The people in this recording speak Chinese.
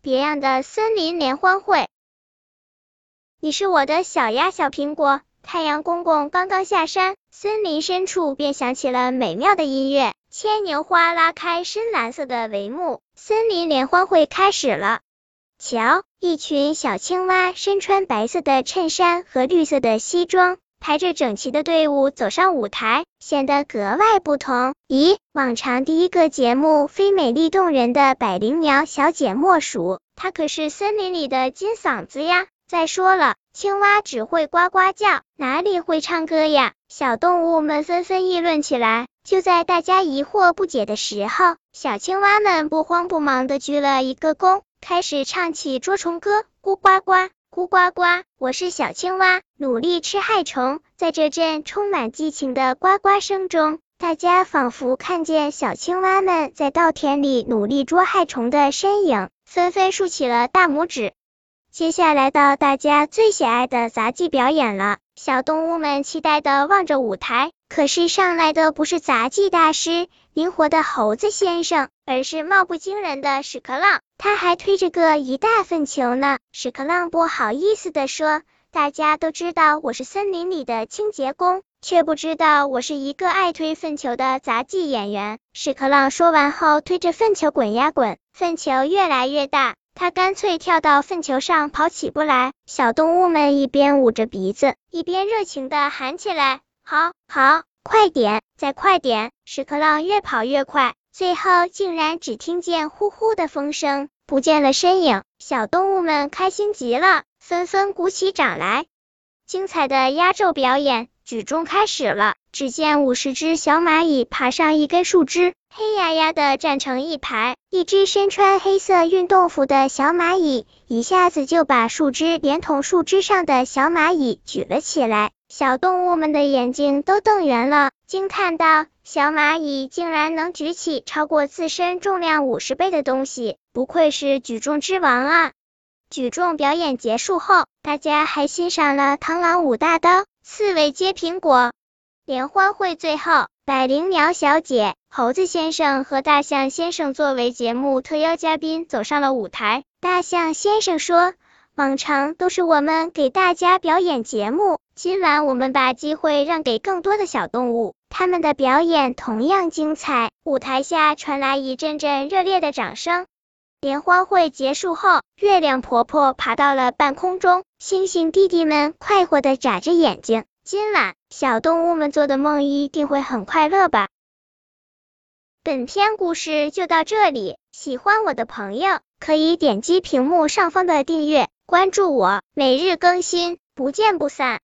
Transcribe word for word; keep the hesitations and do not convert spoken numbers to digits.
别样的森林联欢会。你是我的小呀小苹果，太阳公公刚刚下山，森林深处便响起了美妙的音乐。牵牛花拉开深蓝色的帷幕，森林联欢会开始了。瞧，一群小青蛙身穿白色的衬衫和绿色的西装，排着整齐的队伍走上舞台，显得格外不同。咦，往常第一个节目非美丽动人的百灵鸟小姐莫属，她可是森林里的金嗓子呀。再说了，青蛙只会呱呱叫，哪里会唱歌呀？小动物们纷纷议论起来。就在大家疑惑不解的时候，小青蛙们不慌不忙地鞠了一个躬，开始唱起捉虫歌，咕呱呱咕呱呱，我是小青蛙，努力吃害虫。在这阵充满激情的呱呱声中，大家仿佛看见小青蛙们在稻田里努力捉害虫的身影，纷纷竖起了大拇指。接下来到大家最喜爱的杂技表演了，小动物们期待地望着舞台，可是上来的不是杂技大师灵活的猴子先生，而是貌不惊人的屎壳郎，他还推着个一大粪球呢。屎壳郎不好意思地说，大家都知道我是森林里的清洁工，却不知道我是一个爱推粪球的杂技演员。屎壳郎说完后推着粪球滚呀滚，粪球越来越大，他干脆跳到粪球上跑起步来。小动物们一边捂着鼻子，一边热情地喊起来，好好，快点，再快点。屎壳郎越跑越快，最后竟然只听见呼呼的风声，不见了身影。小动物们开心极了，纷纷鼓起掌来。精彩的压轴表演举重开始了，只见五十只小蚂蚁爬上一根树枝，黑压压的站成一排，一只身穿黑色运动服的小蚂蚁一下子就把树枝连同树枝上的小蚂蚁举了起来。小动物们的眼睛都瞪圆了，惊叹道，小蚂蚁竟然能举起超过自身重量五十倍的东西，不愧是举重之王啊！举重表演结束后，大家还欣赏了螳螂舞大刀、刺猬接苹果。联欢会最后，百灵鸟小姐、猴子先生和大象先生作为节目特邀嘉宾走上了舞台。大象先生说，往常都是我们给大家表演节目，今晚我们把机会让给更多的小动物，他们的表演同样精彩。舞台下传来一阵阵热烈的掌声。联欢会结束后，月亮婆婆爬到了半空中，星星弟弟们快活地眨着眼睛，今晚小动物们做的梦一定会很快乐吧。本篇故事就到这里，喜欢我的朋友可以点击屏幕上方的订阅，关注我，每日更新，不见不散。